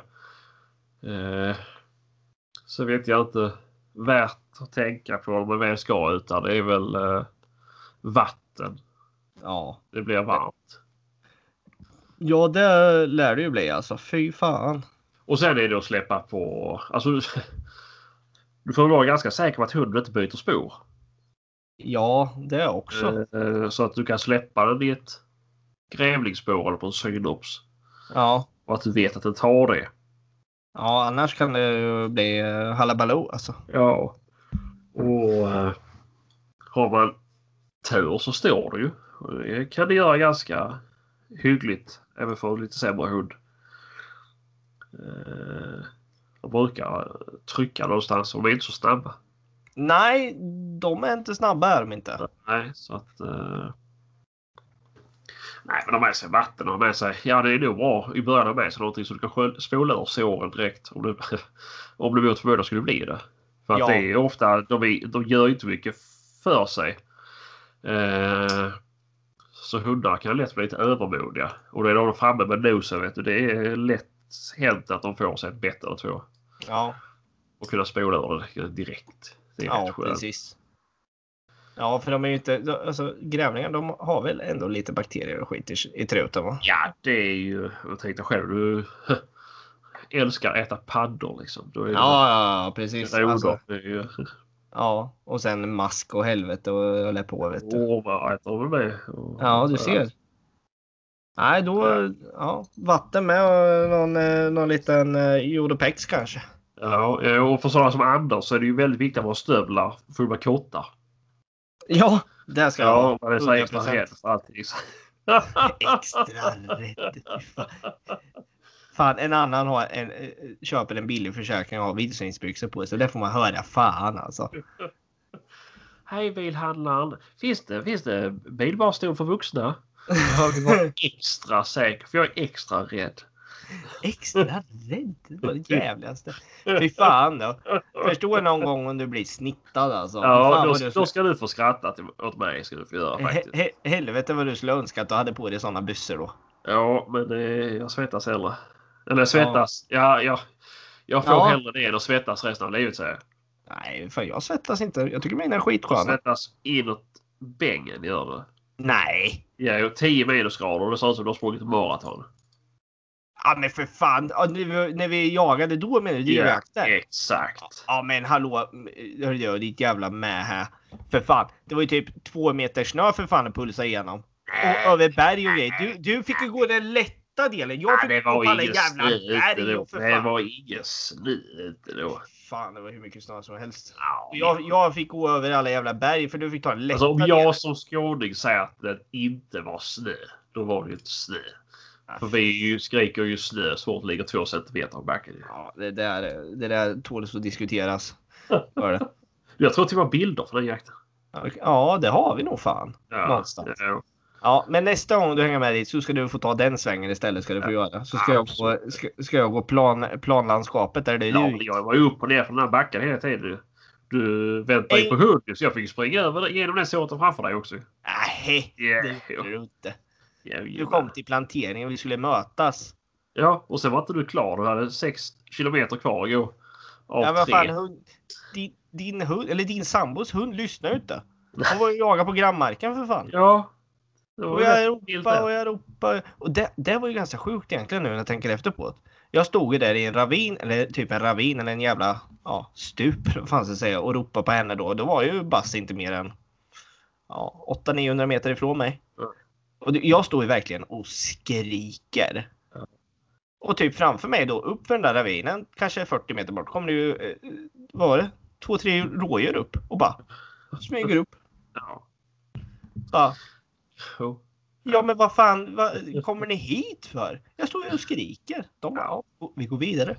Så vet jag inte värt att tänka på om man väl ska ut där. Det är väl vatten. Ja. Det blir varmt. Ja, det lär det ju bli alltså. Fy fan. Och sen är det att släppa på... Alltså, du får vara ganska säker på att hunden inte byter spår. Ja, det är också. Så att du kan släppa den i ett grävlingsspår eller på en synops. Ja. Och att du vet att den tar det. Ja, annars kan det ju bli halabaloo alltså. Ja. Och har man tur så står det ju. Det kan det göra ganska hyggligt även för en lite sämre hund. De brukar trycka någonstans. De är inte så snabba. Nej, de är inte snabba är de inte. Nej, så att... Nej, men de har med sig vatten och med sig... Ja, det är nog bra i början av med sig någonting så du kan spola ur såren direkt. Om du mot förmodan skulle bli det. För att det är ofta... De gör inte mycket för sig. Så hundar kan lätt bli lite övermodiga. Och då är de framme med nosen, vet du. Det är lätt hänt att de får sig ett bett eller två. Ja. Och kunna spola ur det direkt. Det är ja, precis. Ja, för de är ju inte... Alltså, grävlingar, de har väl ändå lite bakterier och skit i truten, va? Ja, det är ju... Jag tänkte själv, du älskar att äta paddor, liksom. Då är det ja, precis. Alltså, det är ju... Ja, och sen mask och helvete och håller på, vet du. Vad äter de med? Ja, du ser. Nej, då... Ja, vatten med och någon liten Europex kanske. Ja, och för sådana som Anders så är det ju väldigt viktigt att ha stövlar fulla med kottar. Ja, det ska jag ha. Ja, det är extra rätt för allting. Extra rätt. Fan, en annan köper en billig försäkring och har vildsvinsbyxor på sig. Det får man höra fan alltså. Hej bilhandlaren. Finns det bilbarstol för vuxna? Jag vill vara extra säker för jag är extra rädd. Extra rädd. Det var det jävligaste. Fy fan då. Förstår någon gång om du blir snittad alltså. Ja, då ska du få skratta åt mig. Ska du få göra faktiskt. Helvete vad du skulle önska att du hade på dig sådana byssor då. Ja, men jag svettas hellre. Eller svettas. Ja. Jag får hellre det än att svettas resten av livet, säger jag. Nej, för jag svettas inte. Jag tycker mina är skitsköna. Svettas inåt bängen gör det. Nej. Ja, 10 minusgrader och det ser ut som du har sprungit maraton. Ja, men för fan. När vi jagade då menar du jakten? Ja, exakt. Ja, men hallå. Hör du, ditt jävla med här. För fan. Det var ju typ 2 meter snö för fan att pulsa igenom. Och över berg och grejer. Du fick ju gå den lätta delen. Jag fick gå på alla jävla berg och för fan. Det var ingen snö ute då. Fan, det var hur mycket snö som helst. Jag fick gå över alla jävla berg för du fick ta en lätta om jag som skåning säger att det inte var snö, då var det ju inte snö. För vi skriker ju snö så fort ligger 2 centimeter av backen. Ja, det där tåls att diskuteras. Jag tror att det var bilder för den jakten. Ja, det har vi nog fan. Någonstans. Ja, men nästa gång du hänger med dit så ska du få ta den svängen istället ska du få göra. Så ska jag gå planlandskapet där det är du. Jag var ju upp och ner från den här backen hela tiden. Du väntade in på hunden så jag fick springa över genom den såten framför dig också. Nej, det gjorde du inte. Du kom till planteringen och vi skulle mötas. Ja, och sen var inte du klar. Du hade 6 kilometer kvar att gå. Ja, vad fan, din hund, eller din sambos hund lyssnar ju inte. Han var ju jaga på grannmarken för fan. Ja. Och jag ropade. Och det var ju ganska sjukt egentligen nu när jag tänker efter på det. Jag stod ju där i en ravin, eller typ en ravin eller en jävla stup fanns det säga, och ropade på henne då. Då var ju Bass inte mer än 800-900 meter ifrån mig. Och jag står ju verkligen och skriker. Och typ framför mig då, upp för den där ravinen, kanske 40 meter bort, kommer det ju, 2-3 rådjur upp och bara smyger upp. Ja, men vad fan, kommer ni hit för? Jag står ju och skriker. De bara, vi går vidare.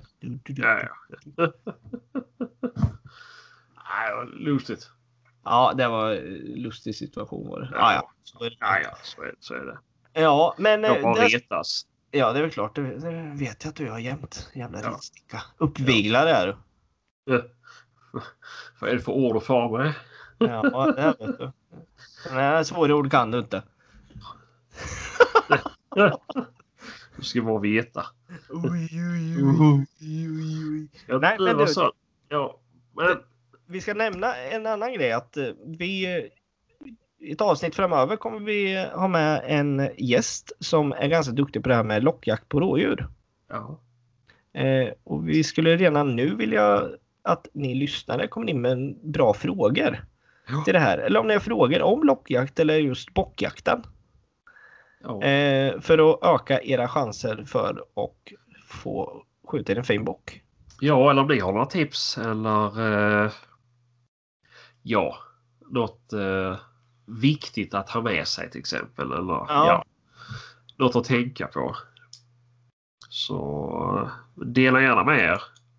Lustigt. Ja, det var en lustig situation var det. Så är det. Ja, men de har vetas. Ja, det är väl klart. Det vet jag att du har jämt. Jävla ritsticka. Uppviglare är du. Vad är det för ord att få med? Ja, det vet du. Nej, svåra ord kan du inte. Du ska bara veta. Nej, men du. Ja, men vi ska nämna en annan grej att vi i ett avsnitt framöver kommer vi ha med en gäst som är ganska duktig på det här med lockjakt på rådjur. Ja. Och vi skulle redan nu vilja att ni lyssnare kommer in med bra frågor till det här. Eller om ni har frågor om lockjakt eller just bockjakten. Ja. För att öka era chanser för att få skjuta en fin bock. Ja, eller om ni har några tips eller något viktigt att ha med sig till exempel. Eller något att tänka på. Så dela gärna med er.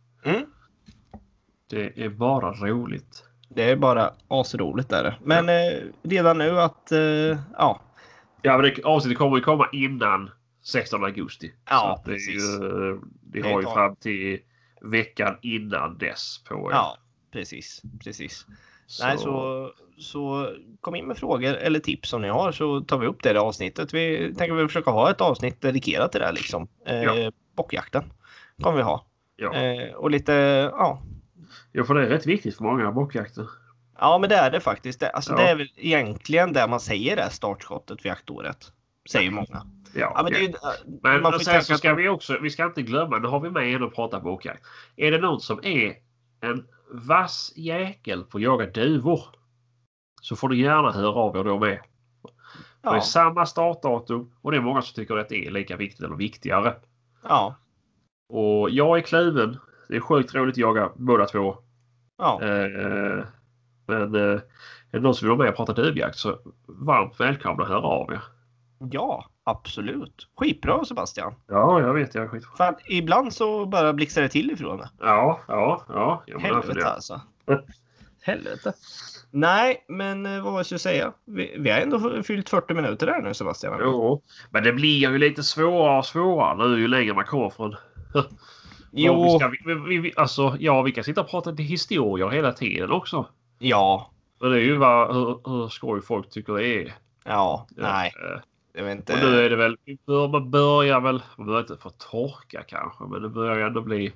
Det är bara roligt. Det är bara asroligt där. Men redan nu att Ja, men avsnittet kommer ju komma innan 16 augusti. Ja, så det har ju fram till veckan innan dess på er. Ja, precis. Nej, så kom in med frågor eller tips som ni har så tar vi upp det i avsnittet. Vi tänker väl försöka ha ett avsnitt dedikerat till det här liksom. Bockjakten kommer vi ha. Ja. Och lite, Ja, för det är rätt viktigt för många bockjakter. Ja, men det är det faktiskt. Det är väl egentligen det man säger är startskottet för jaktåret. Säger många. Ja, men sen så ska vi ska inte glömma, nu har vi med en och pratar bockjakt. Är det någon som är en vass jäkel på att jaga duvor så får du gärna höra av er då med. Ja. Det är samma startdatum och det är många som tycker att det är lika viktigt eller viktigare. Ja. Och jag är kluven. Det är sjukt roligt att jaga båda två. Ja. Men är det någon som vill vara med och prata duvjakt så varmt välkomna att höra av er. Ja, absolut. Skitbra Sebastian. Ja, jag vet. Jag är skitbra. Fan, ibland så bara blixtrar det till ifrån mig. Ja. Helvete alltså. Helvete. Nej, men vad ska jag säga? Vi har ändå fyllt 40 minuter där nu, Sebastian. Jo, men det blir ju lite svårare och svårare nu ju längre man kommer från. Jo. Vi kan sitta och prata till historier hela tiden också. Ja. Men det är ju hur skoj folk tycker det är. Ja, nej. Jag vet inte. Och nu är det väl, man börjar inte få torka kanske, men det börjar ändå bli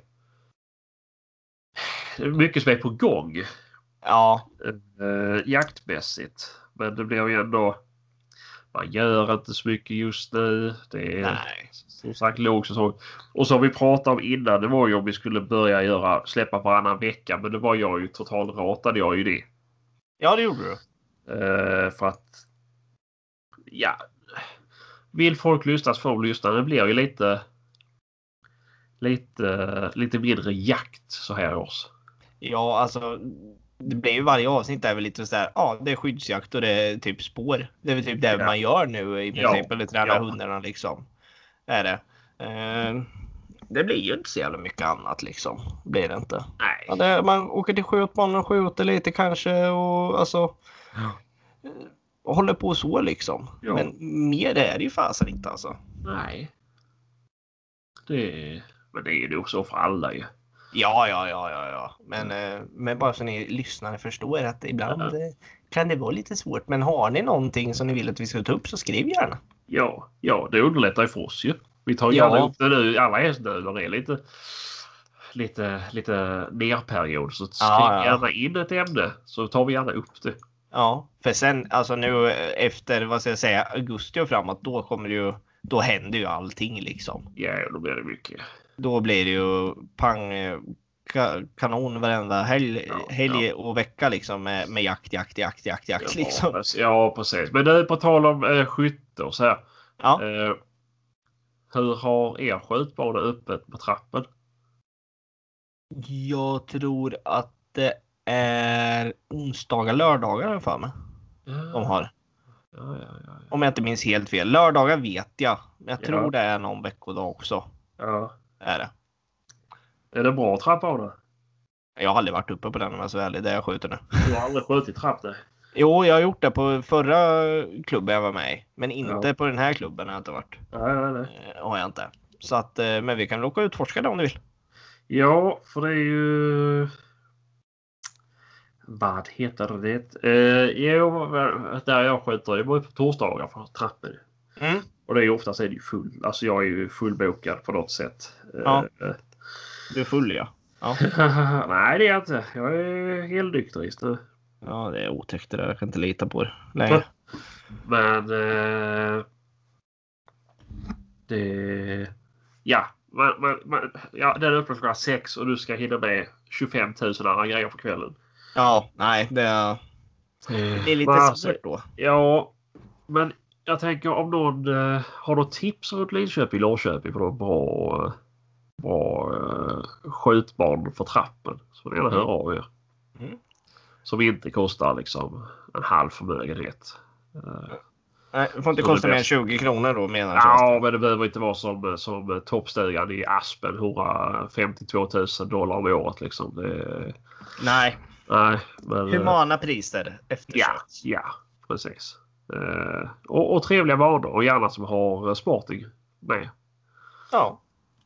mycket som är på gång. Ja. Jaktmässigt. Men det blir ju ändå, man gör inte så mycket just nu. Det är som sagt låg säsong. Och så vi pratade om innan, det var ju om vi skulle börja släppa varannan vecka, men det var jag ju totalt ratade jag ju det. Ja, det gjorde du. För att vill folk lyssna så får de lyssna. Det blir ju lite mindre jakt så här års. Ja, alltså det blir ju varje avsnitt är väl lite så här, det är skyddsjakt och det är typ spår. Det är väl typ det man gör nu i princip, eller tränar hundarna liksom. Är det. Det blir ju inte så jävla mycket annat liksom. Blir det inte. Nej. Ja, man åker till skjutbanan och skjuter lite kanske och alltså och håller på så liksom. Ja. Men mer är det ju fasen inte alltså. Nej. Men det är ju nog så för alla ju. Ja. Men bara så ni lyssnare förstår att ibland kan det vara lite svårt. Men har ni någonting som ni vill att vi ska ta upp så skriv gärna. Ja, det underlättar ju för oss ju. Vi tar gärna upp det nu. Alla hästdödare är lite nerperiod. Så skriv gärna in ett ämne så tar vi gärna upp det. Ja, för sen alltså nu efter vad ska jag säga augusti och framåt då händer ju allting liksom. Ja, då blir det mycket. Då blir det ju kanon varenda helg och vecka liksom med jakt liksom. Ja, precis. Men det på tal om skytte och så här. Ja. Hur har er skjutbana öppet på trappen? Jag tror att det är onsdagar, lördagar för mig. De har. Ja. Om jag inte minns helt fel. Lördagar vet jag. Men jag tror det är någon veckodag också. Ja. Är det. Är det bra trappbana? Jag har aldrig varit uppe på den om jag är så ärlig. Där jag skjuter nu. Du har aldrig skjutit trapp där? Jo, jag har gjort det på förra klubben jag var med i. Men inte på den här klubben har jag inte varit. Nej. Har jag inte. Så att, men vi kan låka utforska det om du vill. Ja, för det är ju... Vad heter det? Där jag skjuter, det var ju på torsdagar för trappen. Och det är ju oftast full. Alltså jag är ju fullbokad på något sätt. Ja. Du är full, ja. Nej, det är jag inte. Jag är helnykterist nu. Ja, det är otäckt det där. Jag kan inte lita på det längre. Men den öppnar klockan 6 och du ska hinna med 25 000 andra grejer på kvällen. Ja, nej, det är lite svårt då. Ja, men jag tänker om någon har något tips runt Linköping, Norrköping för någon bra skjutbarn för trappen. Så det är det höra av er. Som inte kostar liksom en halv förmögenhet. Nej, det får inte kosta mer än 20 kronor då menar jag. Ja, men det behöver inte vara som toppstugan i Aspen. 152 000 dollar om året liksom. Nej, men humana priser eftersatt. Ja, precis. Och trevliga vanor och gärna som har sporting med. Ja.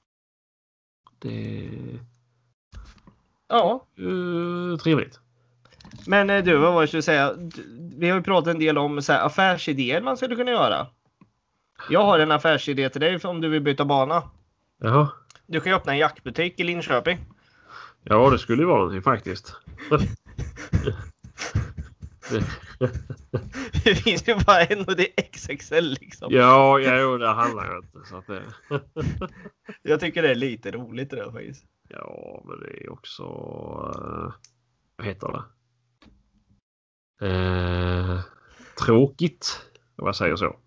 Trevligt. Men du, vad var jag skulle säga? Vi har ju pratat en del om så här, affärsidéer man skulle kunna göra. Jag har en affärsidé till dig om du vill byta bana. Jaha. Du kan ju öppna en jaktbutik i Linköping. Ja, det skulle ju vara någonting faktiskt. Det finns ju bara en och det är XXL liksom. Ja, det handlar ju inte. Så att det... Jag tycker det är lite roligt det där faktiskt. Ja, men det är också... vad heter det? Tråkigt. Om jag säger så.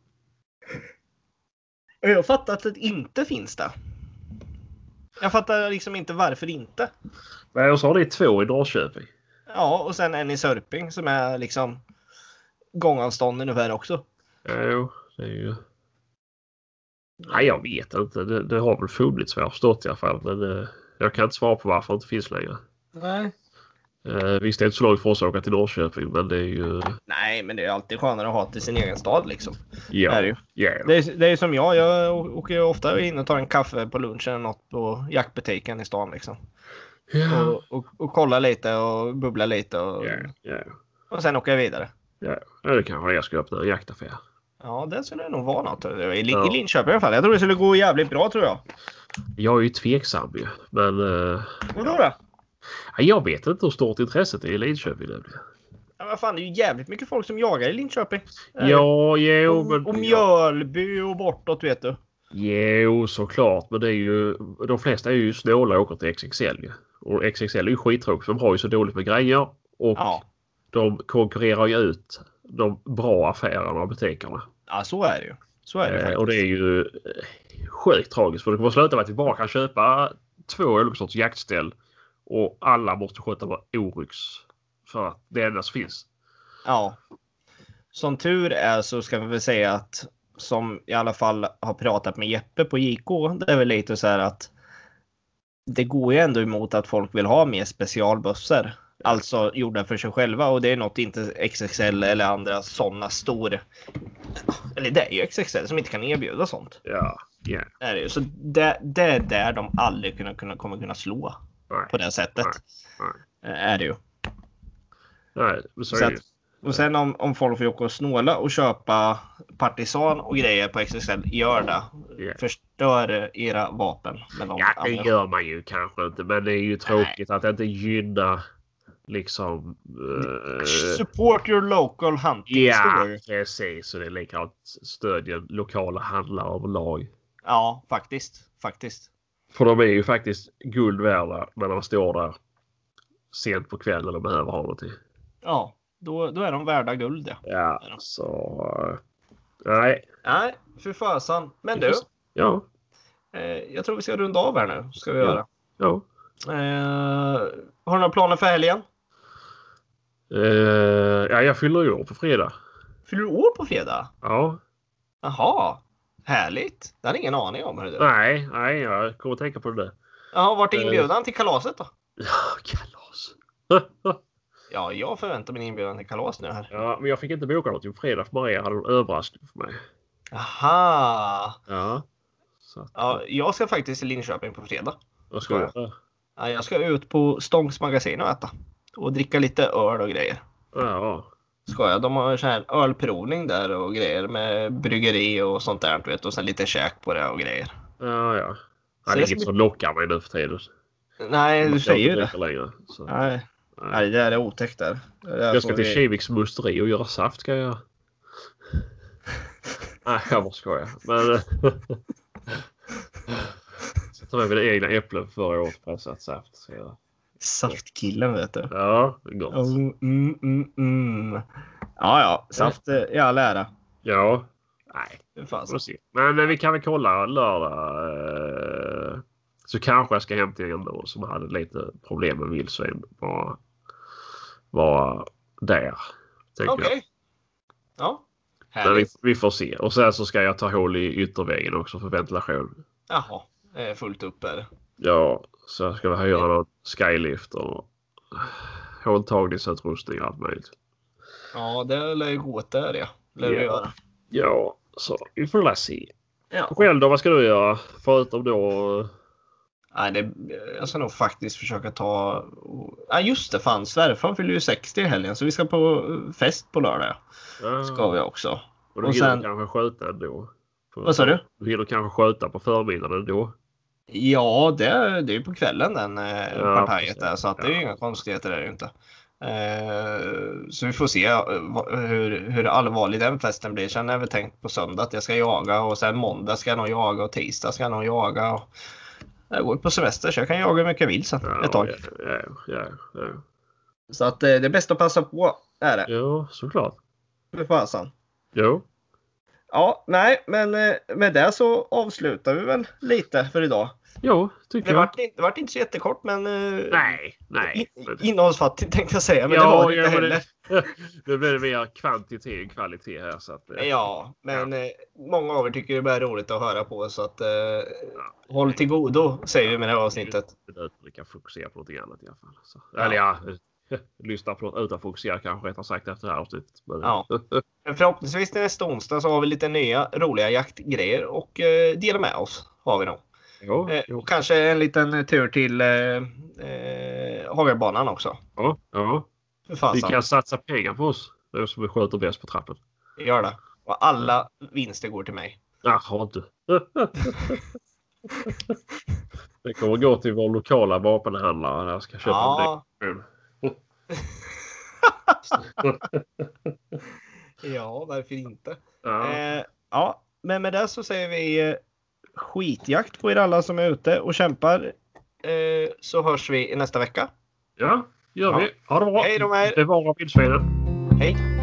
Jag fattar att det inte finns där. Jag fattar liksom inte varför inte. Nej, och så har det 2 i Norrköping. Ja, och sen en i Sörping som är liksom gångavstånd ungefär också. Jo, det är ju... Nej, jag vet inte. Det har väl funnits vad jag har förstått i alla fall. Men jag kan inte svara på varför det inte finns längre. Nej. Visst, det är inte så långt för oss att åka till Norrköping, men det är ju... Nej, men det är alltid skönare att ha till sin egen stad liksom. Ja. Är det, ju. Yeah. Det är som jag åker ju ofta in och tar en kaffe på lunchen eller något på jaktbutiken i stan liksom. Ja. Och kolla lite och bubbla lite och sen åker jag vidare. Ja, det kanske jag ska öppna en jaktaffär. Ja, det skulle det nog vara något. I Linköping i alla fall. Jag tror det skulle gå jävligt bra, tror jag. Jag är ju tveksam ju, men... Vadå då? Jag vet inte hur stort intresset är i Linköping. Ja, vad fan, det är ju jävligt mycket folk som jagar i Linköping. Ja, jo, men... Och Mjölby och bortåt, vet du. Jo, såklart. Men det är ju... De flesta är ju snåla och åker till XXL ju. Och XXL är ju skittråkigt, för de har ju så dåligt med grejer. Och de konkurrerar ju ut de bra affärerna och butikerna. Ja, så är det ju. Så är det faktiskt. Och det är ju sjukt tragiskt. För det kommer sluta med att vi bara kan köpa 2 olika sorts jaktställ. Och alla måste sköta med Oryx. För att det enda som finns. Ja. Som tur är så ska vi väl säga att som i alla fall har pratat med Jeppe på JK. Det är väl lite så här att det går ju ändå emot att folk vill ha mer specialbössor. Alltså gjorda för sig själva. Och det är något inte XXL eller andra sådana stora. Eller det är ju XXL som inte kan erbjuda sånt. Ja. Är det ju. Så det är där de aldrig kommer kunna slå. Nej. På det sättet. Nej. Är det ju. Nej, så är det. Och sen om folk vill åka och snåla och köpa partisan och grejer på XXL, gör det. Yeah. Förstör era vapen. Med Ja, det gör man ju kanske inte. Men det är ju tråkigt att det inte gynnar liksom... Support your local hunting store. Ja, precis. Så det är likadant stödjer lokala handlare överlag. Ja, faktiskt. För de är ju faktiskt guld värda när de står där sent på kvällen och behöver ha någonting. Ja, då är de värda guld. Ja, så... Nej, för fasan. Men du. Ja. Jag tror vi ska runda av här nu. Ska vi göra. Ja. Har du några planer för helgen? Jag fyller ju år på fredag. Fyller du år på fredag? Ja. Jaha. Härligt. Det hade ingen aning om. Hur det Nej, jag kommer att tänka på det. Ja, vart är inbjudan till kalaset då? Ja, kalas. Ja, jag förväntar mig en inbjudan till kalas nu här. Ja, men jag fick inte boka något på fredag för Maria hade en överraskning för mig. Aha. Ja. Så att, ja, jag ska faktiskt till Linköping på fredag. Vad ska jag? Ja, jag ska ut på Stångs magasin och äta. Och dricka lite öl och grejer. Ja. Ska jag? De har så här ölprovning där och grejer med bryggeri och sånt där, vet, och sen lite käk på det och grejer. Ja. Det är inget som lockar mig nu för tiden. Nej, du säger ju det. Längre, så. Nej, det där är otäckt där. Jag ska till Kiviks musteri och göra saft, ska jag. Nej, jag bara skojar. Men... Så tar jag mina egna äpplen förra året pressat saft. Så jag... Saftkillen, vet du. Ja, gott. Ja, saft i all ära. Ja, nej. Men vi kan väl kolla lördag. Så kanske jag ska hem till en då som hade lite problem med vildsvin. Var där. Okej. Ja, men vi får se. Och sen så ska jag ta hål i ytterväggen också för ventilation. Jaha, fullt upp är det. Ja, så jag ska höra något skylift och hålltagningsutrustning och allt möjligt. Ja, det lär ju gå där, ja. Lär du göra. Ja, så vi får se. Ja. Själv då, vad ska du göra? Förutom då... Nej, jag ska nog faktiskt försöka ta... Ja, just det, fan. Svärfar fyller ju 60 i helgen, så vi ska på fest på lördag. Ja. Ska vi också. Och du hinner kanske sköta då? Vad sa du? Du hinner kanske sköta på förmiddagen då? Ja, det är ju på kvällen den partiet där, så att det är ju inga konstigheter där ju inte. Så vi får se hur allvarlig den festen blir. Sen har jag väl tänkt på söndag att jag ska jaga, och sen måndag ska jag nog jaga och tisdag ska jag nog jaga. Och jag går på semester så jag kan jaga hur mycket jag vill sen ett tag. Ja. Så att det är bäst att passa på, är det. Ja, såklart. För fasen. Jo. Ja, nej, men med det så avslutar vi väl lite för idag. Jo, tycker jag. Det vart inte så jättekort, men... Nej. Innehållsfattigt tänkte jag säga, men det var det inte heller. Det blir mer kvantitet än kvalitet här. Så att, ja, men många av er tycker det är roligt att höra på, så att håll till godo, säger vi med det här avsnittet. Vi kan fokusera på något annat i alla fall. Så. Eller lyssnar på något utanfokuserat kanske rättare sagt efter det här avsnittet. Men... Ja. Men förhoppningsvis nästa onsdag så har vi lite nya roliga jaktgrejer och dela med oss har vi nog. Jo. Kanske en liten tur till Hagabanan också. Ja. Vi kan satsa pengar på oss. Det är som vi sköter bäst på trappen. Gör det. Och alla vinster går till mig. Jaha, inte. Det kommer gå till vår lokala vapenhandlare när jag ska köpa en. Ja, varför inte? Ja, men med det så säger vi skitjakt på er alla som är ute och kämpar. Så hörs vi nästa vecka. Ja, gör vi. Ha det bra. Hej då med er. Bevara vildsvinen. Hej.